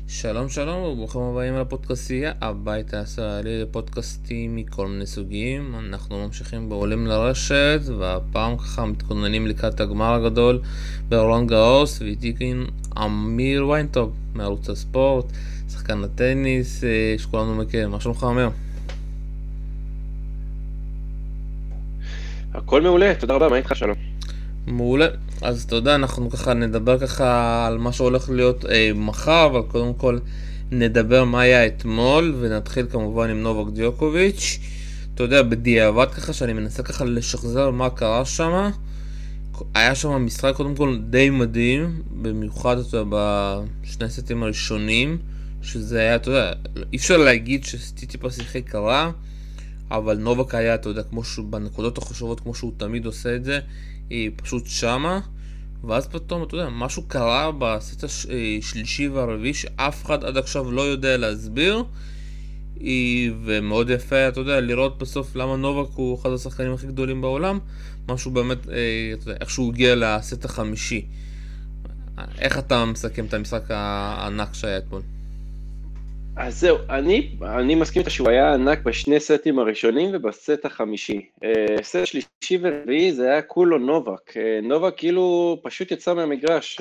שלום שלום וברוכים הבאים לפודקאסטייה, הבית הישראלי לפודקאסטים מכל מיני סוגים. אנחנו ממשיכים בעולים לרשת, והפעם ככה מתכוננים לקראת הגמר הגדול ברולאן גארוס, ואיתי כאן אמיר ויינטוב מערוץ הספורט, שחקן הטניס שכולנו מכירים. מה שלומך אמיר? הכל מעולה, תודה רבה, מה איתך שלום? מעולה. אז אתה יודע, אנחנו ככה נדבר ככה על מה שהולך להיות מחר, אבל קודם כל נדבר מה היה אתמול, ונתחיל כמובן עם נובק דיוקוביץ'. אתה יודע, בדיעבד ככה שאני מנסה ככה לשחזר מה קרה שם. היה שם משחק קודם כל די מדהים, במיוחד אתה יודע, בשני הסטים הראשונים, שזה היה, אתה יודע, אי אפשר להגיד שציציפס שיחק רע, אבל נובק היה, אתה יודע, כמו שהוא, בנקודות החשובות, כמו שהוא תמיד עושה את זה, היא פשוט שמה. ואז פתאום, אתה יודע, משהו קרה בסט השלישי והרביעי שאף אחד עד עכשיו לא יודע להסביר. ומאוד יפה, אתה יודע, לראות בסוף למה נובק הוא אחד השחקנים הכי גדולים בעולם. משהו באמת, אתה יודע, איך שהוא הגיע לסט החמישי. איך אתה מסכם את המשחק הענק שהיה אתמול? אז זהו, אני מסכים איתך שהוא היה ענק בשני סטים הראשונים ובסט החמישי. סט שלישי ורביעי זה היה כולו נובק. נובק כאילו פשוט יצא מהמגרש,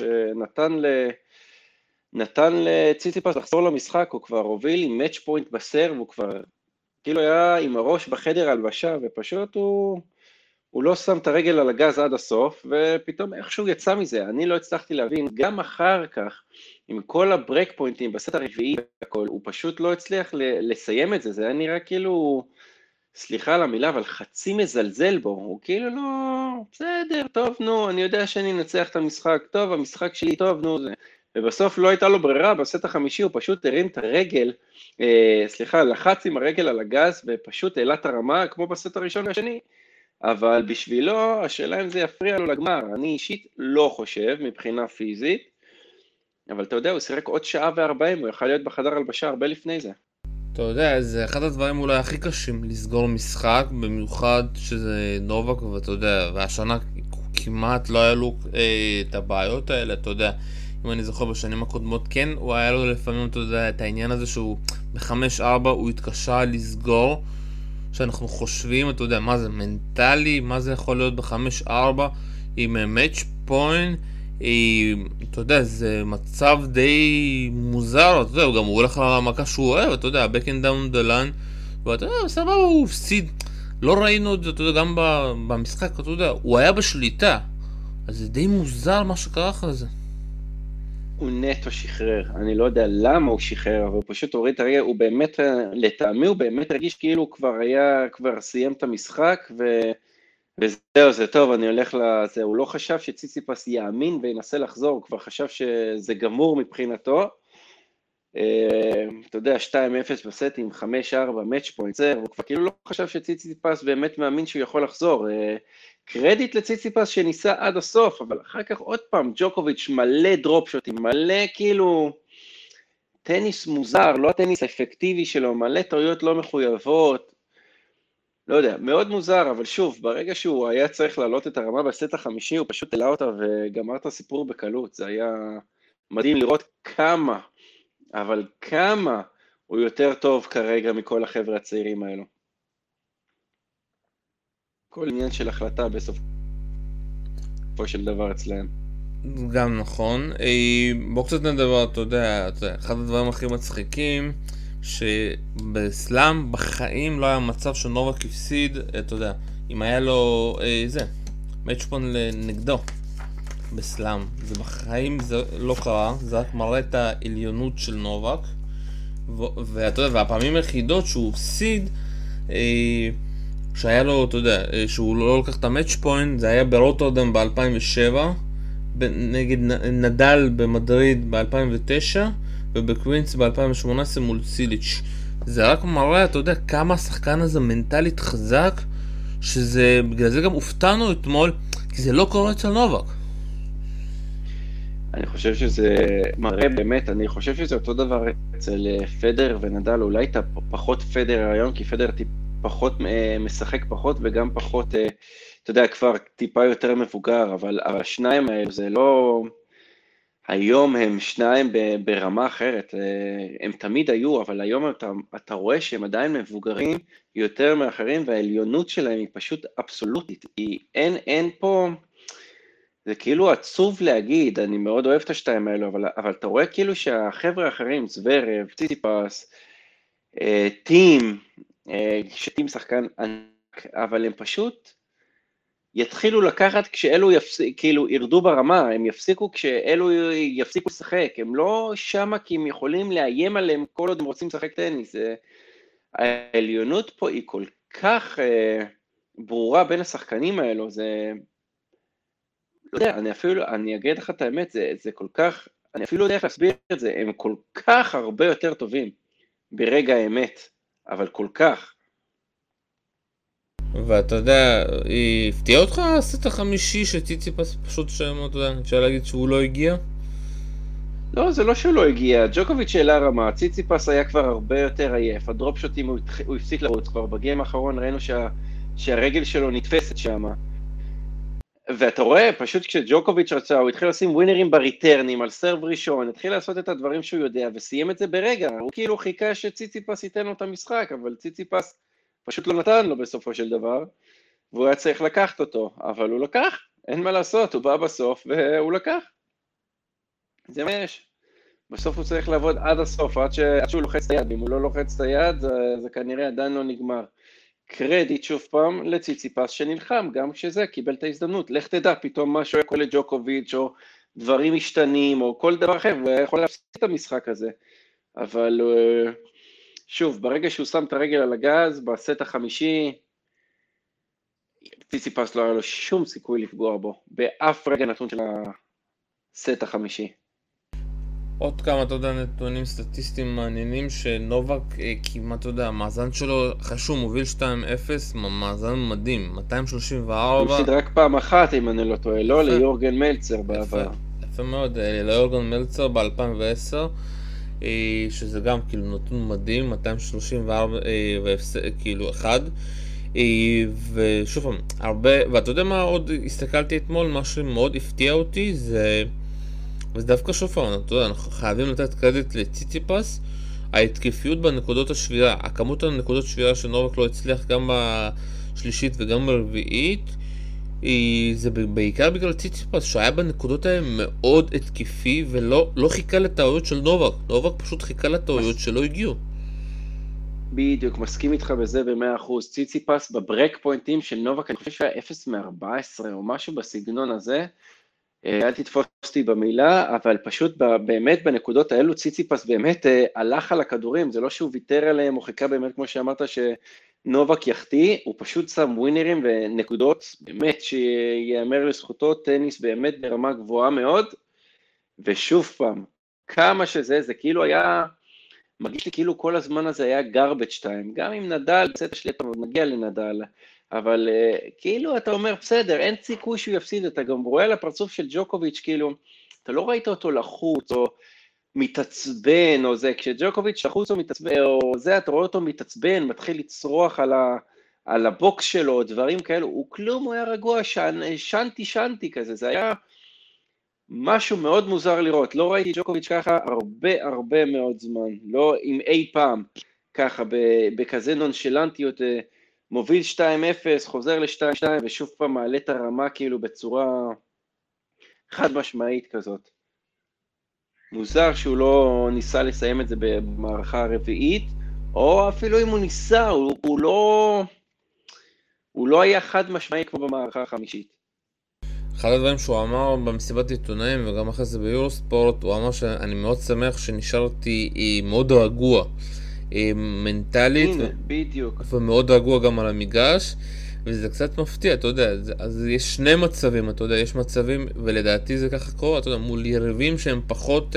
נתן לציציפס לחזור למשחק, הוא כבר הוביל עם מאץ' פוינט בסרב, הוא כבר כאילו היה עם הראש בחדר הלבשה, ופשוט הוא לא שם את הרגל על הגז עד הסוף, ופתאום איכשהו יצא מזה. אני לא הצלחתי להבין, גם אחר כך, עם כל הברק פוינטים בסט הרביעי והכל, הוא פשוט לא הצליח לסיים את זה. זה היה נראה כאילו, סליחה על המילה, אבל חצי מזלזל בו. הוא כאילו לא, בסדר, טוב, נו, אני יודע שאני אנצח את המשחק, טוב, המשחק שלי טוב, נו, זה. ובסוף לא הייתה לו ברירה, בסט החמישי הוא פשוט הרים את הרגל, לחץ עם הרגל על הגז, ופשוט העלה את הרמה, כמו בסט הראשון והשני. אבל בשבילו, השאלה אם זה יפריע לו לגמר. אני אישית לא חושב מבחינה פיזית, אבל אתה יודע, הוא שיחק עוד שעה ו40, הוא יכול להיות בחדר הלבשה הרבה לפני זה. אתה יודע, זה אחד הדברים אולי הכי קשים לסגור משחק, במיוחד שזה נובק, ואתה יודע, והשנה כמעט לא היה לו את הבעיות האלה, אתה יודע, אם אני זוכר בשנים הקודמות, כן, הוא היה לו לפעמים, אתה יודע, את העניין הזה שהוא ב-5-4 הוא התקשה לסגור, שאנחנו חושבים, אתה יודע, מה זה מנטלי, מה זה יכול להיות ב-5-4 עם match point. אתה יודע, זה מצב די מוזר, אתה יודע, הוא גם הולך למכה שהוא אוהב, אתה יודע, back and down the line, ואתה יודע, סבבה, הוא הפסיד, לא ראינו את זה, אתה יודע, גם במשחק, אתה יודע, הוא היה בשליטה, אז זה די מוזר מה שקרה אחרי זה. הוא נטו שחרר, אני לא יודע למה הוא שחרר, אבל הוא פשוט הוריד את הרגל, הוא באמת, לטעמי הוא באמת הרגיש כאילו הוא כבר סיים את המשחק, וזהו, זה טוב, אני הולך לזה, הוא לא חשב שציציפס יאמין וינסה לחזור, הוא כבר חשב שזה גמור מבחינתו. אתה יודע, 2-0 בסט עם 5-4 match point, הוא כבר כאילו לא חשב שציציפס באמת מאמין שהוא יכול לחזור. קרדיט לציציפס שניסה עד הסוף, אבל אחר כך עוד פעם, ג'וקוביץ' מלא דרופ שוטים, מלא כאילו טניס מוזר, לא הטניס האפקטיבי שלו, מלא טעויות לא מחויבות, לא יודע, מאוד מוזר, אבל שוב, ברגע שהוא היה צריך לעלות את הרמה בסט החמישי, הוא פשוט העלה אותה וגמר את הסיפור בקלות. זה היה מדהים לראות כמה, אבל כמה הוא יותר טוב כרגע מכל החבר'ה הצעירים האלו. כל עניין של החלטה בסופו של דבר אצלהם. גם נכון. בואו קצת נדבר, אתה יודע, אחד הדברים הכי מצחיקים, שבסלאם בחיים לא היה מצב שנובק הפסיד, אתה יודע, אם היה לו מאצ'פון נגדו בסלאם, זה בחיים זה לא קרה, זה רק מראה את העליונות של נובק, ואתה יודע, והפעמים היחידות שהוא הפסיד, שהיה לו, אתה יודע, שהוא לא לקח את המאץ' פוינט, זה היה ברוטרדם ב-2007, נגד נדל במדריד ב-2009, ובקווינס ב-2018 מול סיליץ'. זה רק מראה, אתה יודע, כמה השחקן הזה מנטלית חזק, שזה, בגלל זה גם הופתענו אתמול, כי זה לא קורה אצל נובק. אני חושב שזה מראה באמת, אני חושב שזה אותו דבר אצל פדר ונדל, אולי אתה פחות פדר היום, כי פדר פחות משחק פחות וגם פחות, אתה יודע, כבר טיפה יותר מבוגר, אבל השניים האלה זה לא, היום הם שניים ברמה אחרת, הם תמיד היו, אבל היום אתה רואה שהם עדיין מבוגרים יותר מאחרים, והעליונות שלהם היא פשוט אבסולוטית, אין פה, זה כאילו עצוב להגיד, אני מאוד אוהב את השתיים האלו, אבל אתה רואה כאילו שהחבר'ה האחרים, זוורב, ציציפס, טים, שטים שחקן ענק, אבל הם פשוט יתחילו לקחת כשאלו כאילו ירדו ברמה, הם יפסיקו כשאלו יפסיקו לשחק, הם לא שמה כי הם יכולים לאיים עליהם כל עוד הם רוצים לשחק טניס, העליונות פה היא כל כך ברורה בין השחקנים האלו, זה, לא יודע, אני אגיד לך את האמת, זה כל כך, אני אפילו לא יודע איך להסביר את זה, הם כל כך הרבה יותר טובים ברגע האמת, אבל כל כך. ואתה יודע, היא הפתיעה אותך הסט החמישי שציציפס פשוט שם, אתה יודע, אפשר להגיד שהוא לא הגיע? לא, זה לא שהוא לא הגיע, ג'וקוביץ' העלה רמה, ציציפס היה כבר הרבה יותר עייף, הדרופ שוטים הוא הפסיק לרוץ, כבר בגיים האחרון ראינו שהרגל שלו נתפסת שם, ואתה רואה, פשוט כשג'וקוביץ' רצה, הוא התחיל לשים ווינרים בריטרנים, על סרב ראשון, התחיל לעשות את הדברים שהוא יודע, וסיים את זה ברגע, הוא כאילו חיכה שציציפס ייתן לו את המשחק, אבל ציציפס פשוט לא נתן לו בסופו של דבר, והוא היה צריך לקחת אותו, אבל הוא לקח, אין מה לעשות, הוא בא בסוף והוא לקח. זה מה יש. בסוף הוא צריך לעבוד עד הסוף, עד שהוא לוחץ את היד, אם הוא לא לוחץ את היד, זה כנראה עדיין לא נגמר. קרדיט שוב פעם לציציפס שנלחם, גם כשזה קיבל את ההזדמנות. לך תדע, פתאום משהו יכול לג'וקוביץ' או דברים משתנים, או כל דבר אחר, והוא יכול להפסיק את המשחק הזה. אבל שוב, ברגע שהוא שם את הרגל על הגז, בסט החמישי, ציציפס לא היה לו שום סיכוי לפגוע בו, באף רגע נתון של הסט החמישי. עוד כמה, אתה יודע, נתונים סטטיסטיים מעניינים שנובק כמעט, אתה יודע, המאזן שלו, אחרי שהוא מוביל 2-0, מאזן מדהים, 234. הוא הפסיד רק פעם אחת, אם אני לא טועה, לא ליורגן מלצר בעבר. יפה מאוד, ליורגן מלצר ב-2010, שזה גם כאילו נתון מדהים, 234 כאילו אחד. ושוב פעם, הרבה, ואתה יודע מה עוד הסתכלתי אתמול, מה שמאוד הפתיע אותי זה, וזה דווקא שוב פעם, אתה יודע, אנחנו חייבים לתת קרדיט לציציפס, ההתקפיות בנקודות השבירה, הכמות הנקודות שבירה שנובק לא הצליח גם בשלישית וגם ברביעית, זה בעיקר בגלל ציציפס שהיה בנקודות האלה מאוד התקפי ולא חיכה לטעויות של נובק, נובק פשוט חיכה לטעויות שלא הגיעו. בדיוק, מסכים איתך בזה ב100%. ציציפס בברק פוינטים של נובק, אני חושב שהיה 0 מ-14 או משהו בסגנון הזה, אל תתפוס אותי במילה, אבל פשוט באמת בנקודות האלו ציציפס באמת הלך על הכדורים, זה לא שהוא ויתר עליהם או חיכה באמת כמו שאמרת שנובק יחטיא, הוא פשוט שם ווינרים ונקודות באמת שיאמר לזכותו, טניס באמת ברמה גבוהה מאוד, ושוב פעם, כמה שזה, זה כאילו היה, מרגיש לי כאילו כל הזמן הזה היה garbage time, גם עם נדל, בסדר שלי אתה מגיע לנדל, אבל כאילו אתה אומר בסדר, אין סיכוי שהוא יפסיד, אתה גם רואה על הפרצוף של ג'וקוביץ' כאילו, אתה לא ראית אותו לחוץ או מתעצבן או זה, כשג'וקוביץ' לחוץ או מתעצבן או זה, אתה רואה אותו מתעצבן, מתחיל לצרוח על הבוקס שלו, דברים כאלו, הוא כלום, הוא היה רגוע, שנתי כזה, זה היה משהו מאוד מוזר לראות, לא ראיתי ג'וקוביץ' ככה הרבה מאוד זמן, לא עם אי פעם, ככה בכזה נונשלנטיות, מוביל 2-0, חוזר ל-2-2 ושוב פעם מעלה את הרמה כאילו בצורה חד משמעית כזאת. מוזר שהוא לא ניסה לסיים את זה במערכה הרביעית, או אפילו אם הוא ניסה, הוא לא היה חד משמעי כמו במערכה החמישית. אחד הדברים שהוא אמר במסיבת עיתונאים וגם אחרי זה ביורוספורט, הוא אמר שאני מאוד שמח שנשארתי מאוד רגוע. מנטלית בדיוק. ומאוד רגוע גם על המגרש, וזה קצת מפתיע, אתה יודע, אז יש שני מצבים, אתה יודע, יש מצבים, ולדעתי זה ככה קורה, אתה יודע, מול יריבים שהם פחות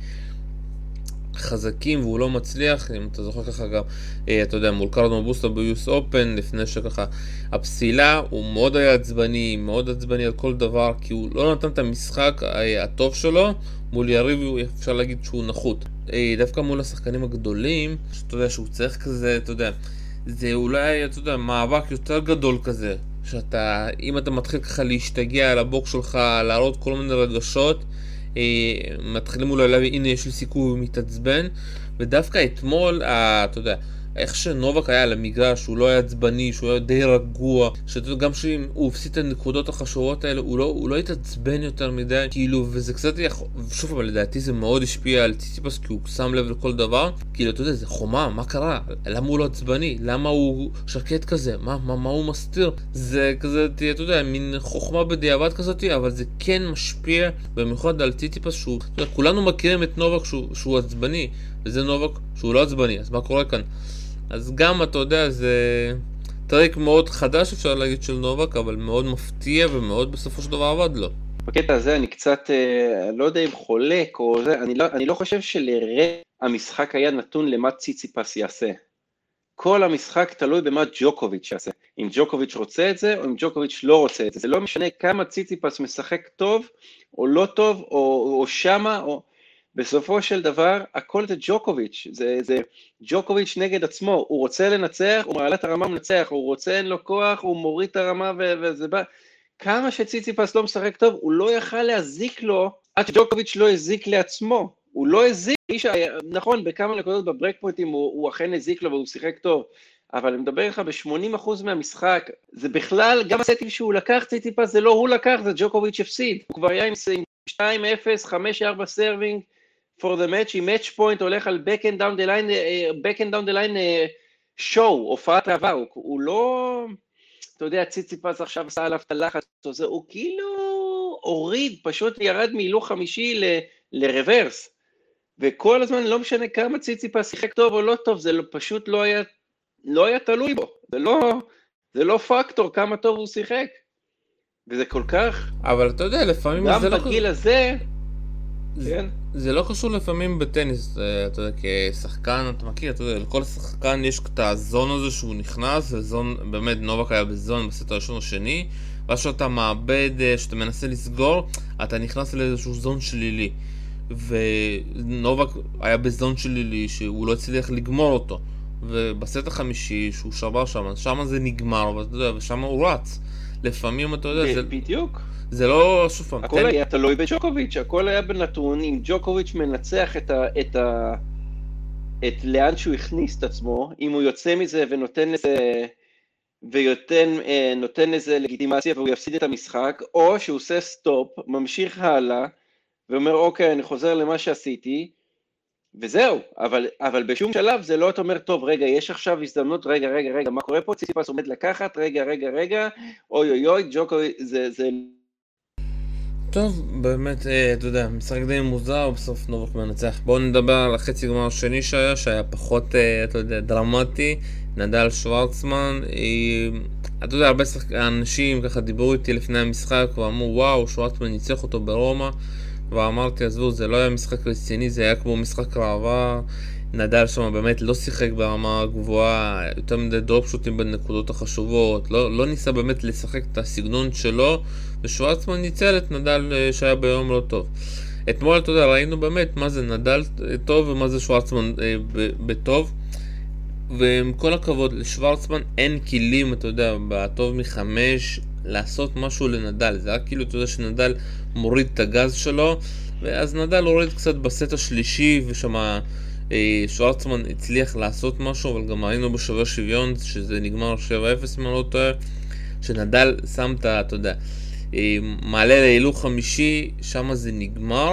חזקים והוא לא מצליח, אם אתה זוכר ככה גם, אתה יודע, מול קרלוס בוסטה ביוס אופן, לפני שככה הפסילה, הוא מאוד היה עצבני, מאוד עצבני על כל דבר, כי הוא לא נתן את המשחק הטוב שלו, מול יריב אפשר להגיד שהוא נחות. דווקא מול השחקנים הגדולים, שאתה יודע שהוא צריך כזה, אתה יודע, זה אולי, אתה יודע, מאבק יותר גדול כזה, שאתה, אם אתה מתחיל ככה להשתגע על הבוק שלך, להראות כל מיני רגשות, מתחילים אולי להביא, הנה יש לי סיכוי, הוא מתעצבן, ודווקא אתמול, אתה יודע, איך שנובק היה על המגרש, הוא לא היה עצבני, שהוא היה די רגוע, שאתה יודע, גם שהוא הפסיד את הנקודות החשובות האלה, הוא לא התעצבן יותר מדי, כאילו, וזה קצת, שוב, אבל לדעתי זה מאוד השפיע על ציציפס, כי הוא שם לב לכל דבר, כאילו, אתה יודע, זה חומה, מה קרה? למה הוא לא עצבני? למה הוא שקט כזה? מה הוא מסתיר? זה כזה, אתה יודע, מין חוכמה בדיעבד כזאת, אבל זה כן משפיע, במיוחד על ציציפס, שהוא, אתה יודע, כולנו מכירים את נובק שהוא עצבני, וזה נובק שהוא לא עצבני, אז מה קורה כאן? אז גם, אתה יודע, זה טריק מאוד חדש, אפשר להגיד, של נובק, אבל מאוד מפתיע ומאוד בסופו של דבר עבד לו. בקטע הזה אני קצת, לא יודע אם חולק או זה, אני לא חושב שלרגע המשחק היה נתון למה ציציפס יעשה. כל המשחק תלוי במה ג'וקוביץ' יעשה. אם ג'וקוביץ' רוצה את זה, או אם ג'וקוביץ' לא רוצה את זה. זה לא משנה כמה ציציפס משחק טוב, או לא טוב, או שמה, או... בסופו של דבר, הכל זה ג'וקוביץ', זה ג'וקוביץ' נגד עצמו, הוא רוצה לנצח, הוא מעלה את הרמה מנצח, הוא רוצה אין לו כוח, הוא מוריד את הרמה וזה בא, כמה שציציפס לא משחק טוב, הוא לא יכל להזיק לו, עד שג'וקוביץ' לא הזיק לעצמו, הוא לא הזיק, נכון, בכמה נקודות בברייק פוינטים הוא אכן הזיק לו והוא שיחק טוב, אבל אני מדבר לך ב-80% מהמשחק, זה בכלל, גם הסטים שהוא לקח ציציפס, זה לא הוא לקח, זה ג'וקוביץ' הפסיד, הוא כבר היה עם 2-0, 5-4 סרווינג, for the match, עם match point הולך על back and down the line show, הופעת רעבה, הוא לא, אתה יודע, ציציפס עכשיו עשה עליו את הלחץ, הוא כאילו הוריד, פשוט ירד מהילוך חמישי לרוורס, וכל הזמן לא משנה כמה ציציפס שיחק טוב או לא טוב, זה פשוט לא היה תלוי בו, זה לא פקטור כמה טוב הוא שיחק, וזה כל כך, אבל אתה יודע, לפעמים גם זה בגיל הזה, כן? זה לא קשור לפעמים בטניס, אתה יודע, כשחקן, אתה מכיר, אתה יודע, לכל שחקן יש את הזון הזה שהוא נכנס, וזון, באמת, נובק היה בזון בסט הראשון או שני, ואז שאתה מאבד, שאתה מנסה לסגור, אתה נכנס לאיזשהו זון שלילי, ונובק היה בזון שלילי, שהוא לא הצליח לגמור אותו, ובסט החמישי, שהוא שבר שם זה נגמר, ואתה יודע, ושם הוא רץ. לפעמים, אתה יודע, זה... בדיוק. זה לא שוב פעם. הכל היה תלוי בג'וקוביץ', הכל היה בנתון, אם ג'וקוביץ' מנצח את לאן שהוא הכניס את עצמו, אם הוא יוצא מזה ונותן לזה לגיטימציה והוא יפסיד את המשחק, או שהוא עושה סטופ, ממשיך הלאה, ואומר אוקיי, אני חוזר למה שעשיתי, וזהו, אבל בשום שלב זה לא אתה אומר, טוב, רגע, יש עכשיו הזדמנות, רגע, מה קורה פה? ציציפס עומד לקחת, רגע, אוי, ג'וקוביץ', זה... טוב, באמת, אתה יודע, משחק די מוזר, בסוף נובק מנצח. בואו נדבר על החצי גמר השני שהיה פחות, אתה יודע, דרמטי, נדל שוורצמן. אתה יודע, הרבה אנשים ככה דיברו איתי לפני המשחק ואמרו, וואו, שוורצמן ניצח אותו ברומא, ואמרתי, עזבו, זה לא היה משחק רציני, זה היה כמו משחק ראווה. נדל שם באמת לא שיחק ברמה גבוהה, יותר מדי דרופ שוטים בנקודות החשובות, לא ניסה באמת לשחק את הסגנון שלו, ושוורצמן ניצל את נדל שהיה ביום לא טוב. אתמול, אתה יודע, ראינו באמת מה זה נדל טוב ומה זה שוורצמן בטוב, ועם כל הכבוד, לשוורצמן אין כלים, אתה יודע, בטוב מחמש, לעשות משהו לנדל. זה רק כאילו, אתה יודע, שנדל מוריד את הגז שלו, ואז נדל הוריד קצת בסט השלישי, ושמה שוורצמן הצליח לעשות משהו, אבל גם ראינו בשווה שוויון שזה נגמר 7-0 מה לא טועה, שנדל שם את, אתה יודע, מעלה להילוך חמישי, שם זה נגמר,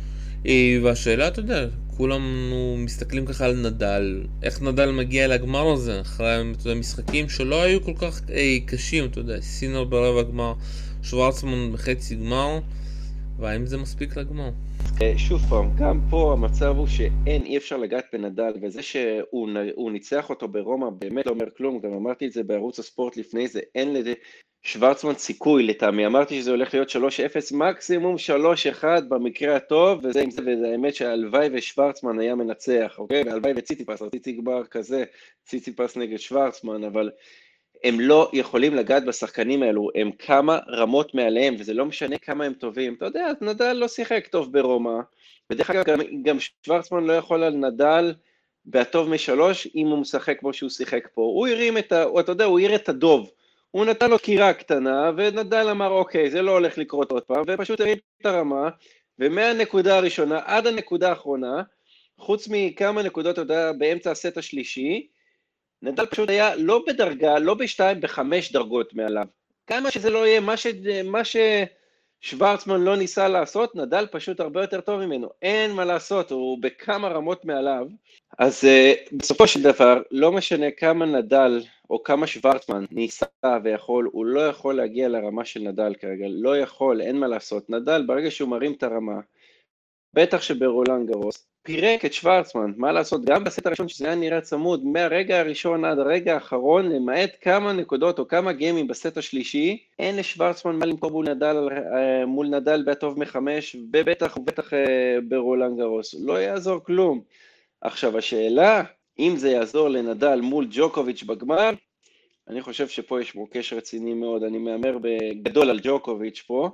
והשאלה, אתה יודע, כולנו מסתכלים ככה על נדל, איך נדל מגיע לגמר הזה, אחרי, אתה יודע, משחקים שלא היו כל כך קשים, אתה יודע, סינר ברבע גמר, שוורצמן בחצי גמר, והאם זה מספיק לגמר? שוב פעם, גם פה המצב הוא אי אפשר לגעת בנדל, וזה שהוא ניצח אותו ברומא באמת לא אומר כלום, גם אמרתי את זה בערוץ הספורט לפני זה, אין לשוורצמן סיכוי לטעמי, אמרתי שזה הולך להיות 3-0, מקסימום 3-1 במקרה הטוב, וזה האמת שהלוואי ושוורצמן היה מנצח, אוקיי? והלוואי וציציפס, רציתי גמר כזה, ציציפס נגד שוורצמן, אבל הם לא יכולים לגעת בשחקנים האלו, הם כמה רמות מעליהם, וזה לא משנה כמה הם טובים. אתה יודע, נדל לא שיחק טוב ברומא, ודרך אגב, גם שוורצמן לא יכול על נדל בהטוב משלוש, אם הוא משחק כמו שהוא שיחק פה. הוא הרים אתה יודע, הוא העיר את הדוב. הוא נתן לו קירה קטנה, ונדל אמר, אוקיי, זה לא הולך לקרות עוד פעם, ופשוט הרים את הרמה, ומהנקודה הראשונה עד הנקודה האחרונה, חוץ מכמה נקודות, אתה יודע, באמצע הסט השלישי, נדל פשוט היה לא בדרגה, לא בשתיים, בחמש דרגות מעליו. כמה שזה לא יהיה, מה ששוורצמן לא ניסה לעשות, נדל פשוט הרבה יותר טוב ממנו. אין מה לעשות, הוא בכמה רמות מעליו. אז בסופו של דבר, לא משנה כמה נדל או כמה שוורצמן ניסה ויכול, הוא לא יכול להגיע לרמה של נדל כרגע. לא יכול, אין מה לעשות. נדל, ברגע שהוא מרים את הרמה, בטח שברולנד גרוס, פירק את שוורצמן, מה לעשות, גם בסט הראשון שזה היה נראה צמוד, מהרגע הראשון עד הרגע האחרון, למעט כמה נקודות או כמה גיימים בסט השלישי, אין לשוורצמן מה למכור מול נדל בהטוב מחמש, ובטח ברולנד גרוס, לא יעזור כלום. עכשיו השאלה, אם זה יעזור לנדל מול ג'וקוביץ' בגמר, אני חושב שפה יש מוקש רציני מאוד, אני מאמר בגדול על ג'וקוביץ' פה,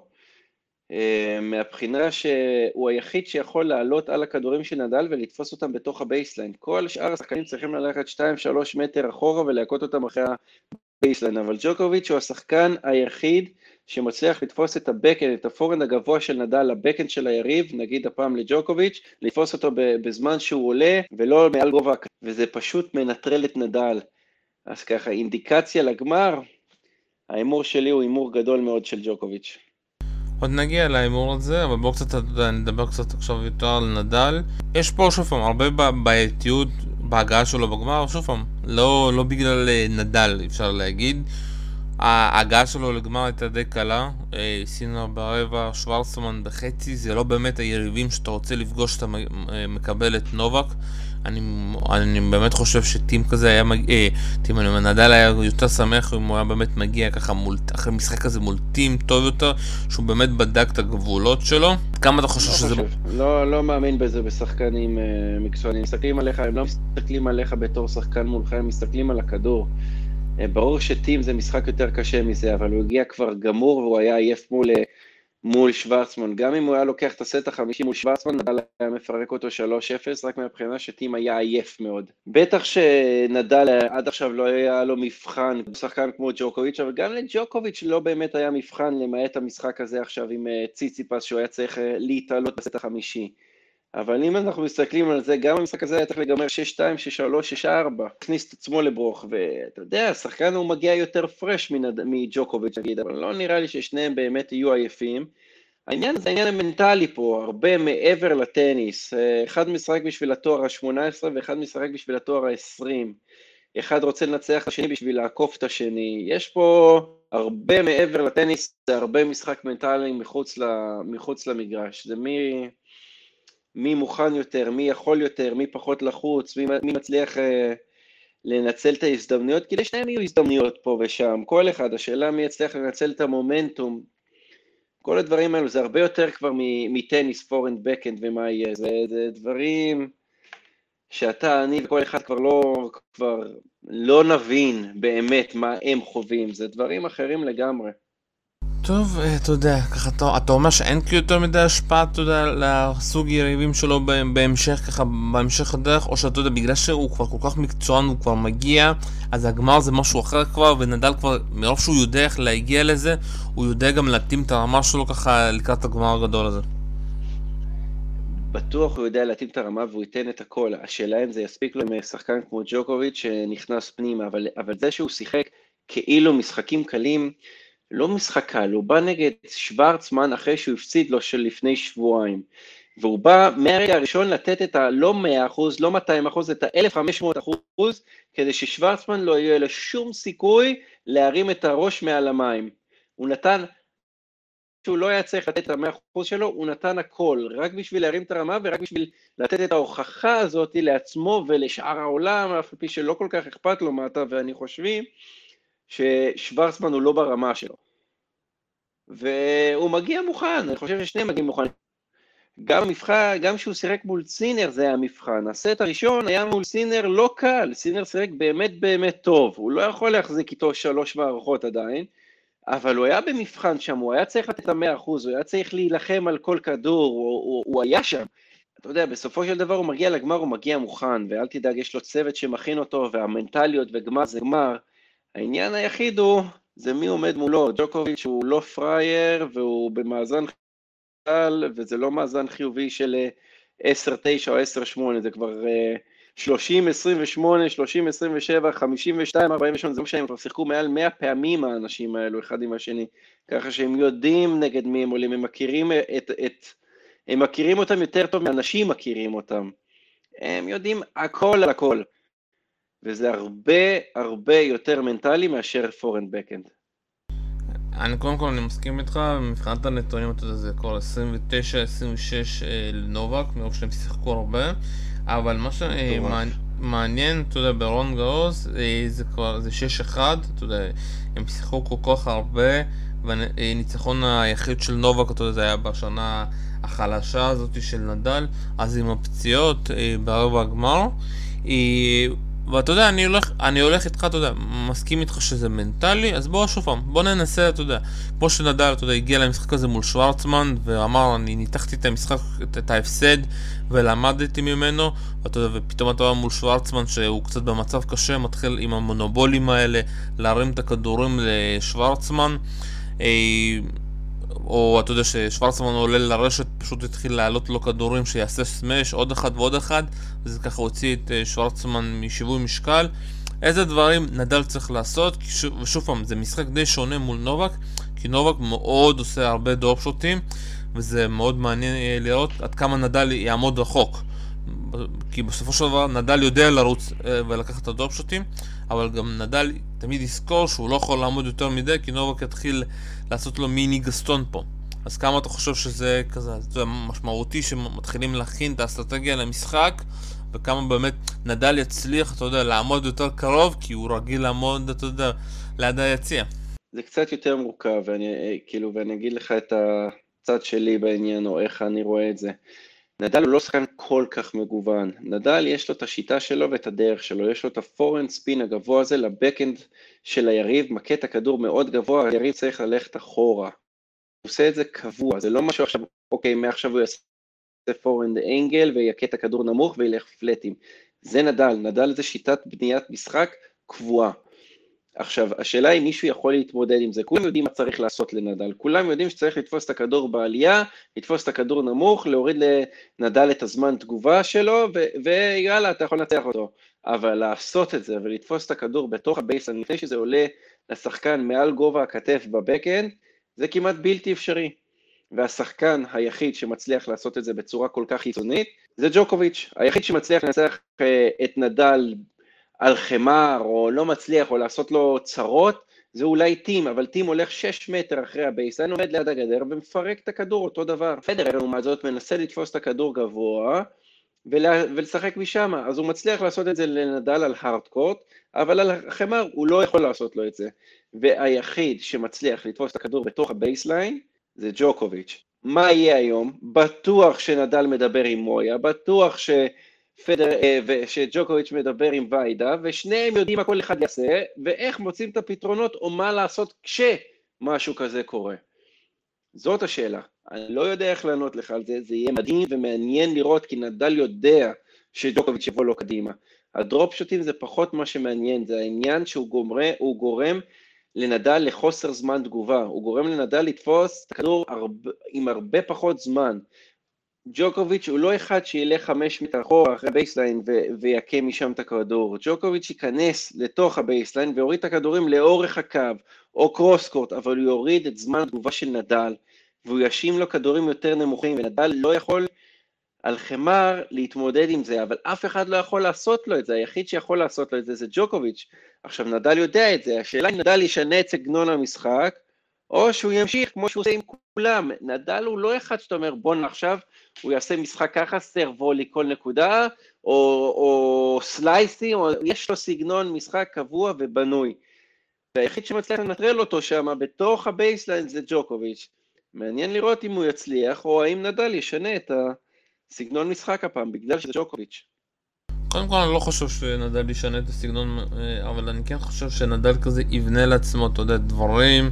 מהבחינה שהוא היחיד שיכול לעלות על הכדורים של נדל ולתפוס אותם בתוך הבייסליין. כל שאר השחקנים צריכים ללכת 2-3 מטר אחורה ולהכות אותם אחרי הבייסליין, אבל ג'וקוביץ' הוא השחקן היחיד שמצליח לתפוס את הבקן, את הפורנד הגבוה של נדל, לבקן של היריב, נגיד הפעם לג'וקוביץ', לתפוס אותו בזמן שהוא עולה ולא מעל גובה, וזה פשוט מנטרל את נדל. אז ככה, אינדיקציה לגמר, האימור שלי הוא אימור גדול מאוד של ג'וקוביץ'. עוד נגיע להימור הזה, אבל בואו קצת נדבר קצת עכשיו יותר על נדל. יש פה שוב פעם הרבה בעייתיות בהגעה שלו בגמר, שוב פעם, לא בגלל נדל אפשר להגיד. ההגעה שלו לגמר הייתה די קלה, סינר ברבע, שוורצמן בחצי, זה לא באמת היריבים שאתה רוצה לפגוש שאתה מקבל את נובק. אני באמת חושב שטים כזה היה נדל היה יותר שמח אם הוא היה באמת מגיע ככה אחרי משחק כזה מול טים טוב יותר, שהוא באמת בדק את הגבולות שלו. כמה אתה חושב שזה... לא מאמין בזה בשחקנים מקצוענים, מסתכלים עליך, הם לא מסתכלים עליך בתור שחקן מולך, הם מסתכלים על הכדור. ברור שטים זה משחק יותר קשה מזה, אבל הוא הגיע כבר גמור והוא היה עייף מול שוורצמן. גם אם הוא היה לוקח את הסט החמישי מול שוורצמן, נדל היה מפרק אותו 3-0, רק מהבחינה שטים היה עייף מאוד. בטח שנדל עד עכשיו לא היה לו מבחן, שחקן כמו ג'וקוביץ', אבל גם לג'וקוביץ' לא באמת היה מבחן, למעט המשחק הזה עכשיו עם ציציפס, שהוא היה צריך להתעלות בסט החמישי. אבל אם אנחנו מסתכלים על זה, גם המשחק הזה היה צריך לגמר 6-2, 6-3, 6-4, הכניס את עצמו לברוך, ואתה יודע, השחקן הוא מגיע יותר פרש מג'וקוביץ' נגיד, אבל לא נראה לי ששניהם באמת יהיו עייפים. העניין זה העניין המנטלי פה, הרבה מעבר לטניס, אחד משחק בשביל התואר ה-18 ואחד משחק בשביל התואר ה-20, אחד רוצה לנצח את השני בשביל לעקוף את השני, יש פה הרבה מעבר לטניס, זה הרבה משחק מנטלי מחוץ למגרש, זה מי מוכן יותר, מי יכול יותר, מי פחות לחוץ, מי מצליח לנצל את ההזדמנויות, כי לשניהם יהיו הזדמנויות פה ושם, כל אחד, השאלה מי יצליח לנצל את המומנטום, כל הדברים האלו, זה הרבה יותר כבר מטניס, פורנד, בקאנד ומה יהיה, זה דברים שאתה, אני וכל אחד כבר לא נבין באמת מה הם חווים, זה דברים אחרים לגמרי. טוב, אתה יודע, ככה אתה אומר שאין יותר מדי השפעה, אתה יודע, לסוג יריבים שלו בהמשך, ככה, בהמשך הדרך, או שאתה יודע, בגלל שהוא כבר כל כך מקצוען, הוא כבר מגיע, אז הגמר זה משהו אחר כבר, ונדל כבר, מרוב שהוא יודע איך להגיע לזה, הוא יודע גם להתאים את הרמה שלו ככה לקראת הגמר הגדול הזה. בטוח הוא יודע להתאים את הרמה והוא ייתן את הכל, השאלה אם זה יספיק לו עם שחקן כמו ג'וקוביץ' שנכנס פנימה, אבל זה שהוא שיחק כאילו משחקים קלים, לא משחק קל, הוא בא נגד שוורצמן אחרי שהוא הפסיד לו של לפני שבועיים, והוא בא מהרגע הראשון לתת את לא 100%, לא 200%, את ה-1500%, כדי ששוורצמן לא יהיה לו שום סיכוי להרים את הראש מעל המים. הוא נתן, שהוא לא היה צריך לתת את ה-100% שלו, הוא נתן הכל, רק בשביל להרים את הרמה, ורק בשביל לתת את ההוכחה הזאת לעצמו ולשאר העולם, אף פי שלא כל כך אכפת לו מה אתה ואני חושבים, ששוורצמן הוא לא ברמה שלו. והוא מגיע מוכן, אני חושב ששניהם מגיעים מוכן. גם שהוא שיחק מול סינר זה היה מבחן. הסט הראשון היה מול סינר לא קל, סינר שיחק באמת טוב, הוא לא יכול להחזיק איתו 3 מערכות עדיין, אבל הוא היה במבחן שם, הוא היה צריך לתת את ה-100%, הוא היה צריך להילחם על כל כדור, הוא היה שם. אתה יודע, בסופו של דבר הוא מגיע לגמר, הוא מגיע מוכן, ואל תדאג, יש לו צוות שמכין אותו, והמנטליות וגמר זה גמר. העניין היחיד זה מי עומד מולו, ג'וקוביץ' הוא לא פרייר, והוא במאזן וזה לא מאזן חיובי של 10-9 או 10-8, זה כבר 30-28, 30-27, 52-48, זה לא משנה, הם כבר שיחקו מעל 100 פעמים האנשים האלו אחד עם השני, ככה שהם יודעים נגד מי הם עולים, הם מכירים אותם יותר טוב מאנשים מכירים אותם, הם יודעים הכל על הכל, וזה הרבה הרבה יותר מנטלי מאשר פורנד בקאנד. קודם כל אני מסכים איתך, מבחינת הנתונים אתה יודע, זה כבר 29-26 לנובק, מרוב שהם שיחקו הרבה, אבל מה שמעניין, אתה יודע, ברון גאוס, זה כבר, זה 6-1, אתה יודע, הם שיחקו כל כך הרבה, והניצחון היחיד של נובק, אתה יודע, זה היה בשנה החלשה הזאת של נדל, אז עם הפציעות ברבע הגמר, ואתה יודע, אני הולך איתך, אתה יודע, מסכים איתך שזה מנטלי, אז בוא שוב פעם, בוא ננסה, אתה יודע, כמו שנדל, אתה יודע, הגיע למשחק הזה מול שוורצמן, ואמר, אני ניתחתי את המשחק, את ההפסד, ולמדתי ממנו, ואתה יודע, ופתאום אתה רואה מול שוורצמן, שהוא קצת במצב קשה, מתחיל עם המונובולים האלה, להרים את הכדורים לשוורצמן, או אתה יודע ששוורצמן עולה לרשת, פשוט התחיל לעלות לו כדורים שיעשה סמש, עוד אחד ועוד אחד, וזה ככה הוציא את שוורצמן משיווי משקל. איזה דברים נדל צריך לעשות, ושוב פעם, זה משחק די שונה מול נובק, כי נובק מאוד עושה הרבה דרופ שוטים, וזה מאוד מעניין לראות עד כמה נדל יעמוד רחוק, כי בסופו של דבר נדל יודע לרוץ ולקחת את הדרופ שוטים, אבל גם נדל תמיד יזכור שהוא לא יכול לעמוד יותר מדי, כי נובק יתחיל לעשות לו מיני גסטון פה. אז כמה אתה חושב שזה כזה, זה משמעותי שמתחילים להכין את האסטרטגיה למשחק, וכמה באמת נדל יצליח, אתה יודע, לעמוד יותר קרוב, כי הוא רגיל לעמוד, אתה יודע, ליד היציע. זה קצת יותר מורכב, ואני אגיד לך את הצד שלי בעניין, או איך אני רואה את זה. נדל הוא לא שחקן כל כך מגוון, נדל יש לו את השיטה שלו ואת הדרך שלו, יש לו את הפורנד ספין הגבוה הזה לבקאנד של היריב, מכה את הכדור מאוד גבוה, היריב צריך ללכת אחורה, הוא עושה את זה קבוע, זה לא משהו עכשיו, אוקיי, מעכשיו הוא יעשה פורנד אנגל ויקה את הכדור נמוך וילך פלטים, זה נדל, נדל זה שיטת בניית משחק קבועה. עכשיו, השאלה היא מישהו יכול להתמודד עם זה, כולם יודעים מה צריך לעשות לנדל, כולם יודעים שצריך לתפוס את הכדור בעלייה, לתפוס את הכדור נמוך, להוריד לנדל את הזמן תגובה שלו, ויאללה, אתה יכול לנצח אותו, אבל לעשות את זה ולתפוס את הכדור בתוך הבייסליין, לפני שזה עולה לשחקן מעל גובה הכתף בבקאנד, זה כמעט בלתי אפשרי, והשחקן היחיד שמצליח לעשות את זה בצורה כל כך חיצונית, זה ג'וקוביץ', היחיד שמצליח לנצח את נדל על חמר, או לא מצליח, או לעשות לו צרות, זה אולי טים, אבל טים הולך 6 מטר אחרי הבייסליין, עומד ליד הגדר, ומפרק את הכדור, אותו דבר. פדרר, לעומת זאת, מנסה לתפוס את הכדור גבוה, ולשחק משם, אז הוא מצליח לעשות את זה לנדל על הארדקורט, אבל על החמר הוא לא יכול לעשות לו את זה. והיחיד שמצליח לתפוס את הכדור בתוך הבייסליין, זה ג'וקוביץ'. מה יהיה היום? בטוח שנדל מדבר עם מויה, בטוח שג'וקוביץ' מדבר עם ויידה, ושניהם יודעים מה כל אחד יעשה, ואיך מוצאים את הפתרונות, או מה לעשות כשמשהו כזה קורה. זאת השאלה. אני לא יודע איך לענות לך על זה, זה יהיה מדהים ומעניין לראות, כי נדל יודע שג'וקוביץ' יבוא לו קדימה. הדרופ שוטים זה פחות מה שמעניין, זה העניין שהוא גורם לנדל לחוסר זמן תגובה, הוא גורם לנדל לתפוס את הכדור עם הרבה פחות זמן. ג'וקוביץ' הוא לא אחד שילך 5 מטר אחורה אחרי הבייסליין ויקה משם את הכדור. ג'וקוביץ' ייכנס לתוך הבייסליין ויוריד את הכדורים לאורך הקו או קרוסקורט, אבל הוא יוריד את זמן התגובה של נדל, והוא ישים לו כדורים יותר נמוכים, ונדל לא יכול על חמר להתמודד עם זה, אבל אף אחד לא יכול לעשות לו את זה, היחיד שיכול לעשות לו את זה זה ג'וקוביץ'. עכשיו נדל יודע את זה, השאלה אם נדל ישנה את סגנון המשחק, או שהוא ימשיך כמו שהוא עושה עם כולם. נדל הוא לא אחד שאתה אומר בוא עכשיו, הוא יעשה משחק ככה, סרבולי כל נקודה, או סלייסי, או יש לו סגנון משחק קבוע ובנוי. והיחיד שמצליח לנטרל אותו שם בתוך הבייסליין זה ג'וקוביץ'. מעניין לראות אם הוא יצליח, או האם נדל ישנה את הסגנון משחק הפעם, בגלל שזה ג'וקוביץ'. קודם כל אני לא חושב שנדל ישנה את הסגנון, אבל אני כן חושב שנדל כזה יבנה לעצמו, אתה יודע, דברים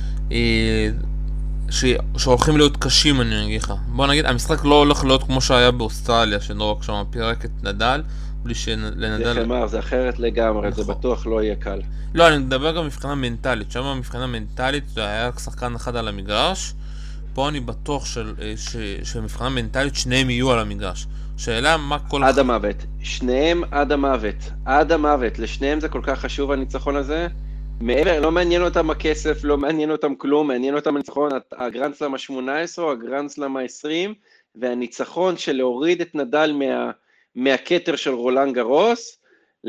שהולכים להיות קשים, אני אגיד לך. בוא נגיד, המשחק לא הולך להיות כמו שהיה באוסטרליה, שנובק שם פירק את נדל, בלי שלנדל... זה חמר, זה אחרת לגמרי, זה בטוח לא יהיה קל. לא, אני מדבר גם מבחינה מנטלית, שם מבחינה מנטלית, היה שחקן אחד על המגרש, פה אני בטוח שמבחינה מנטלית שניהם יהיו על המגרש. שאלה מה כל עד המוות, שניהם עד המוות, עד המוות, לשניהם זה כל כך חשוב הניצחון הזה, מעבר, לא מעניין אותם הכסף, לא מעניין אותם כלום, מעניין אותם הניצחון, הגרנדסלאם ה-18 או הגרנדסלאם ה-20, והניצחון של להוריד את נדל מהכתר של רולאן גרוס,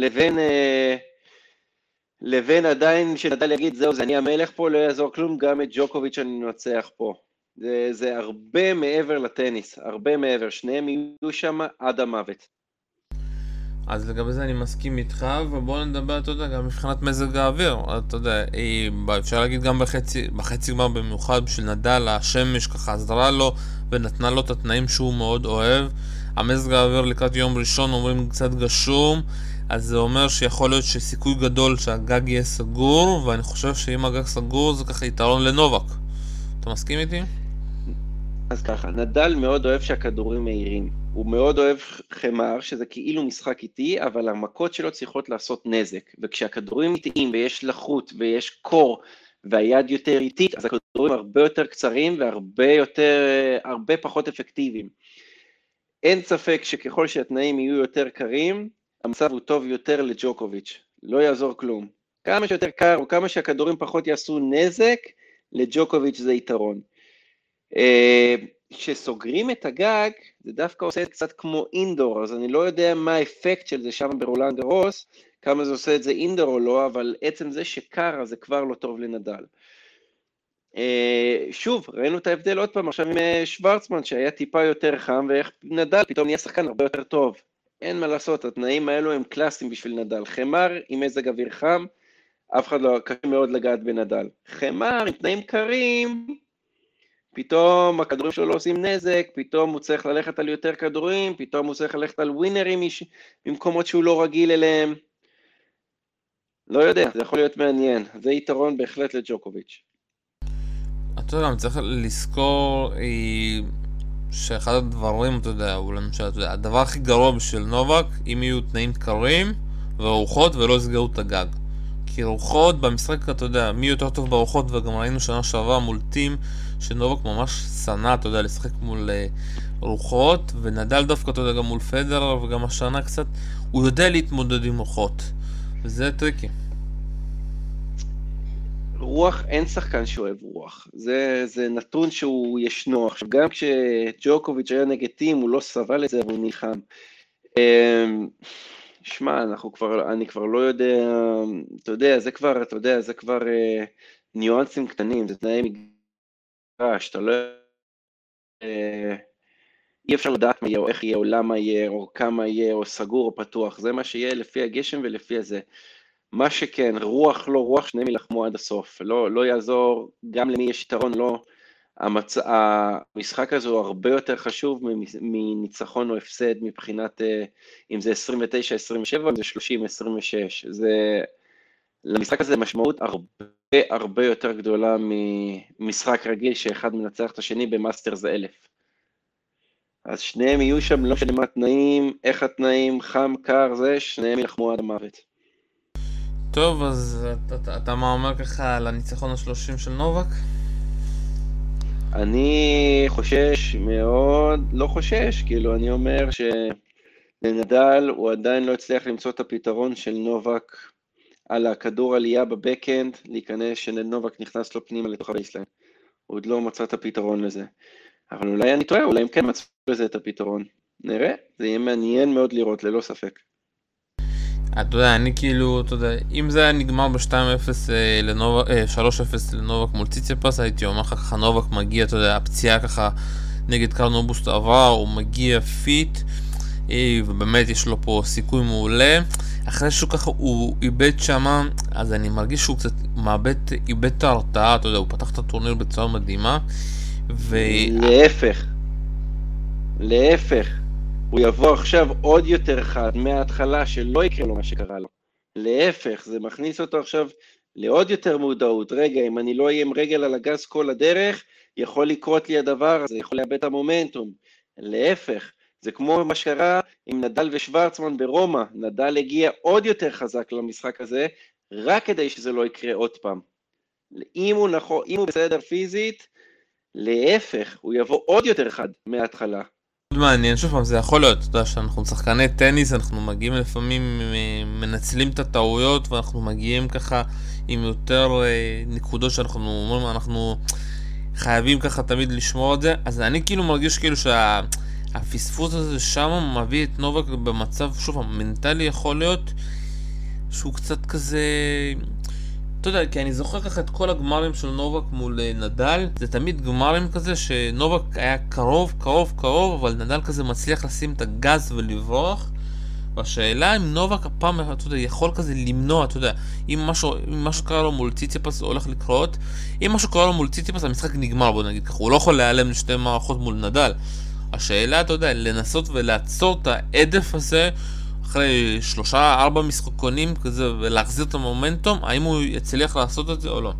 לבין עדיין שנדל יגיד, זהו, זה אני המלך פה, לא יעזור כלום, גם את ג'וקוביץ' אני ננצח פה. זה הרבה מעבר לטניס, הרבה מעבר, שניהם יהיו שם עד המוות. אז לגבי זה אני מסכים איתך, ובואו נדבר, אתה יודע, גם מבחינת מזג האוויר. אתה יודע, אפשר להגיד גם בחצי גמר במיוחד בשביל נדל, השמש ככה עזרה לו ונתנה לו את התנאים שהוא מאוד אוהב. המזג האוויר לקראת יום ראשון אומרים קצת גשום, אז זה אומר שיכול להיות שסיכוי גדול שהגג יהיה סגור, ואני חושב שאם הגג סגור זה ככה יתרון לנובק. אתה מסכים איתי? אז ככה, נדל מאוד אוהב שהכדורים מהירים, הוא מאוד אוהב חמר, שזה כאילו משחק איטי, אבל המכות שלו צריכות לעשות נזק, וכשהכדורים איטיים ויש לחות ויש קור, והיד יותר איטית, אז הכדורים הרבה יותר קצרים והרבה פחות אפקטיביים. אין ספק שככל שהתנאים יהיו יותר קרים, המצב הוא טוב יותר לג'וקוביץ', לא יעזור כלום. כמה שיותר קר או כמה שהכדורים פחות יעשו נזק, לג'וקוביץ' זה יתרון. כשסוגרים את הגג, זה דווקא עושה את קצת כמו אינדור, אז אני לא יודע מה האפקט של זה שם ברולאן גרוס, כמה זה עושה את זה אינדור או לא, אבל עצם זה שקר, אז זה כבר לא טוב לנדל. שוב, ראינו את ההבדל עוד פעם עכשיו עם שוורצמן, שהיה טיפה יותר חם, ואיך נדל פתאום נהיה שחקן הרבה יותר טוב. אין מה לעשות, התנאים האלו הם קלאסיים בשביל נדל. חמר עם מזג אוויר חם, אף אחד לא קשה מאוד לגעת בנדל. חמר עם תנאים קרים, פתאום הכדורים שלו לא עושים נזק, פתאום הוא צריך ללכת על יותר כדורים, פתאום הוא צריך ללכת על ווינרים במקומות שהוא לא רגיל אליהם. לא יודע, זה יכול להיות מעניין. זה יתרון בהחלט לג'וקוביץ'. אתה יודע, צריך לזכור שאחד הדברים, אתה יודע, הוא למשל, אתה יודע, הדבר הכי גרוע בשביל נובק, אם יהיו תנאים קרים ורוחות ולא יסגרו את הגג. כי רוחות במשחק, אתה יודע, מי יותר טוב ברוחות, וגם ראינו שנה שעברה מול טים שנובק ממש שנא, אתה יודע, לשחק מול רוחות, ונדל דווקא, אתה יודע, גם מול פדרר, וגם השנה קצת, הוא יודע להתמודד עם רוחות, וזה טריקי. רוח, אין שחקן שאוהב רוח, זה נתון שהוא ישנו. עכשיו, גם כשג'וקוביץ' היה נגד טים, הוא לא סבל את זה, אבל הוא נלחם. שמע, אני כבר לא יודע, אתה יודע, זה כבר ניואנסים קטנים, זה תנאי מגרש, אתה לא... אי אפשר לדעת מה יהיה, או איך יהיה, או למה יהיה, או כמה יהיה, או סגור או פתוח, זה מה שיהיה לפי הגשם ולפי הזה. מה שכן, רוח לא רוח, שניהם ילחמו עד הסוף, לא יעזור, גם למי יש יתרון, לא, המשחק הזה הוא הרבה יותר חשוב מניצחון או הפסד מבחינת, אם זה 29-27, אם זה 30-26, למשחק הזה משמעות הרבה יותר גדולה ממשחק רגיל, שאחד מנצח את השני במאסטרס 1000. אז שניהם יהיו שם, לא משנה מה התנאים, איך התנאים, חם, קר, שניהם ילחמו עד המוות. טוב, אז אתה מה אומר ככה על הניצחון ה-30 של נובק? אני חושש מאוד, לא חושש, כאילו אני אומר שלנדל הוא עדיין לא הצליח למצוא את הפתרון של נובק על הכדור עלייה בבקאנד, להיכנס שנובק נכנס לו פנימה לתוך הבייסליין. הוא עוד לא מצא את הפתרון לזה. אבל אולי אני טועה, אולי הם כן מצאו לזה את הפתרון. נראה, זה יהיה מעניין מאוד לראות, ללא ספק. אתה יודע, אני כאילו, אתה יודע, אם זה היה נגמר ב-2-0 לנובק, 3-0 לנובק מול ציציפס, הייתי אומר לך ככה נובק מגיע, אתה יודע, הפציעה ככה נגד קרנו בוסט עברה, הוא מגיע פיט, ובאמת יש לו פה סיכוי מעולה. אחרי שהוא ככה, הוא איבד שמה, אז אני מרגיש שהוא קצת איבד את ההרתעה, אתה יודע, הוא פתח את הטורניר בצורה מדהימה, להפך. הוא יבוא עכשיו עוד יותר חד מההתחלה שלא יקרה לו מה שקרה לו. להפך, זה מכניס אותו עכשיו לעוד יותר מודעות. רגע, אם אני לא אהיה עם רגל על הגז כל הדרך, יכול לקרות לי הדבר הזה, יכול לאבד את המומנטום. להפך, זה כמו מה שקרה עם נדל ושוורצמן ברומא. נדל הגיע עוד יותר חזק למשחק הזה, רק כדי שזה לא יקרה עוד פעם. אם הוא בסדר פיזית, להפך, הוא יבוא עוד יותר חד מההתחלה. מאוד מעניין, שוב פעם, זה יכול להיות, אתה יודע, שאנחנו שחקני טניס, אנחנו מגיעים לפעמים, מנצלים את הטעויות, ואנחנו מגיעים ככה עם יותר נקודות שאנחנו אומרים, אנחנו חייבים ככה תמיד לשמור את זה, אז אני כאילו מרגיש כאילו שהפספוס הזה שם מביא את נובק במצב, שוב פעם, מנטלי יכול להיות שהוא קצת כזה... אתה יודע, כי אני זוכר ככה את כל הגמרים של נובק מול נדל, זה תמיד גמרים כזה שנובק היה קרוב, קרוב, קרוב, אבל נדל כזה מצליח לשים את הגז ולברוח. והשאלה אם נובק הפעם, אתה יודע, יכול כזה למנוע, אתה יודע, אם משהו קרה לו מול ציציפס הולך לקרות, אם משהו קרה לו מול ציציפס המשחק נגמר, בוא נגיד ככה, הוא לא יכול להיעלם לשתי מערכות מול נדל. השאלה, אתה יודע, לנסות ולעצור את העדף הזה אחרי 3-4 משחקונים כזה ולהחזיר את המומנטום, האם הוא יצליח לעשות את זה או לא?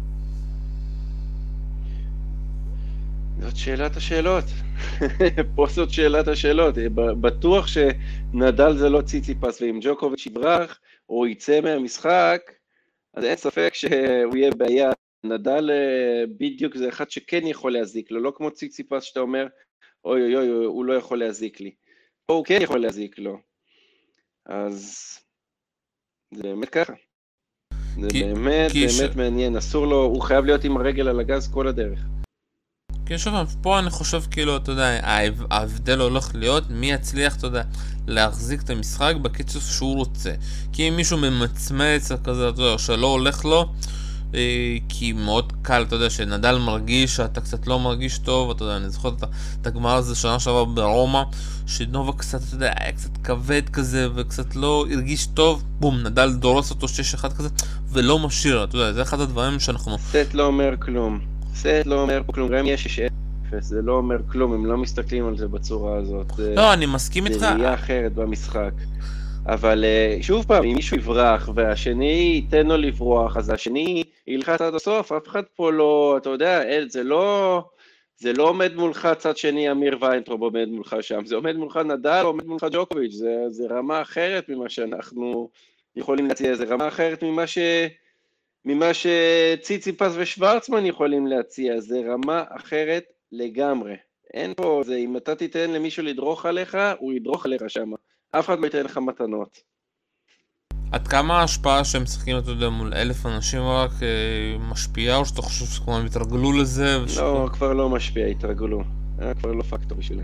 זאת שאלת השאלות. פה זאת שאלת השאלות. בטוח שנדל זה לא ציציפס, ואם ג'וקוביץ' יברח או יצא מהמשחק, אז אין ספק שהוא יהיה בעיה. נדל בדיוק זה אחד שכן יכול להזיק לו, לא כמו ציציפס שאתה אומר, אוי אוי אוי, הוא לא יכול להזיק לי. פה הוא כן יכול להזיק לו. אז זה באמת ככה. זה באמת מעניין, אסור לו, הוא חייב להיות עם הרגל על הגז כל הדרך. כי שוב, פה אני חושב כאילו, אתה יודע, ההבדל הולך להיות מי יצליח, אתה יודע, להחזיק את המשחק בקיצוף שהוא רוצה. כי אם מישהו ממצמץ כזה, אתה יודע, שלא הולך לו, כי מאוד קל, אתה יודע, שנדל מרגיש שאתה קצת לא מרגיש טוב, אתה יודע, אני זוכר את הגמר הזה שנה שעברה ברומא, שנובה קצת, אתה יודע, היה קצת כבד כזה, וקצת לא הרגיש טוב, בום, נדל דורס אותו 6-1 כזה, ולא משאיר, אתה יודע, זה אחד הדברים שאנחנו... סט לא אומר כלום. סט לא אומר כלום, גם יש 6-0, זה לא אומר כלום, הם לא מסתכלים על זה בצורה הזאת. לא, אני מסכים איתך. זה ראייה אחרת במשחק. אבל שוב פעם, אם מישהו יברח והשני ייתן לו לברוח, אז השני ילחץ עד הסוף, אף אחד פה לא, אתה יודע, זה לא עומד מולך צד שני, אמיר ויינטרוב עומד מולך שם, זה עומד מולך נדל, עומד מולך ג'וקוביץ', זה רמה אחרת ממה שאנחנו יכולים להציע, זה רמה אחרת ממה שציציפס ושוורצמן יכולים להציע, זה רמה אחרת לגמרי. אין פה, זה אם אתה תיתן למישהו לדרוך עליך, הוא ידרוך עליך שם. אף אחד לא ייתן לך מתנות. עד כמה ההשפעה שהם משחקים, אתה יודע, מול 1,000 אנשים רק משפיעה, או שאתה חושב שכמו הם התרגלו לזה? לא, כבר לא משפיע, התרגלו. כבר לא פקטור בשבילם.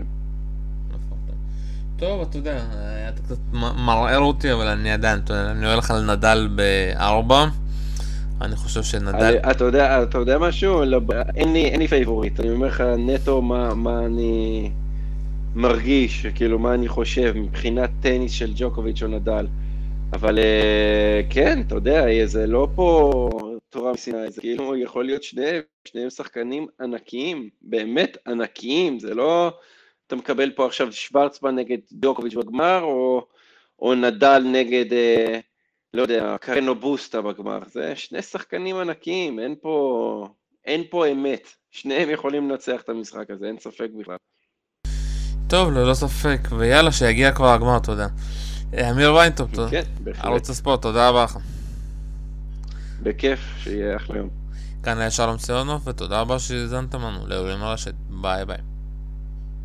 טוב, אתה יודע, אתה קצת מערער אותי, אבל אני עדיין, אני רואה לך על נדל ב4. אני חושב שנדל... אתה יודע משהו? אין לי פייבוריט. אני אומר לך נטו מה אני מרגיש, כאילו מה אני חושב מבחינת טניס של ג'וקוביץ' או נדל. אבל כן, אתה יודע, זה לא פה תורה מסיני, זה כאילו יכול להיות שניהם שחקנים ענקיים, באמת ענקיים, זה לא... אתה מקבל פה עכשיו שוורצמן נגד ג'וקוביץ' בגמר, או נדל נגד... לא יודע, קרנו בוסטה בגמר, זה שני שחקנים ענקיים, אין פה אמת, שניהם יכולים לנצח את המשחק הזה, אין ספק בכלל. טוב, ללא ספק, ויאללה, שיגיע כבר הגמר, תודה. אמיר ויינטרוב, תודה. כן, בהחלט. ערוץ הספורט, תודה רבה לך. בכיף, שיהיה אחלה יום. כאן היה שלום ציונוב, ותודה רבה שהזנתם לנו, לעולים הרשת, ביי ביי.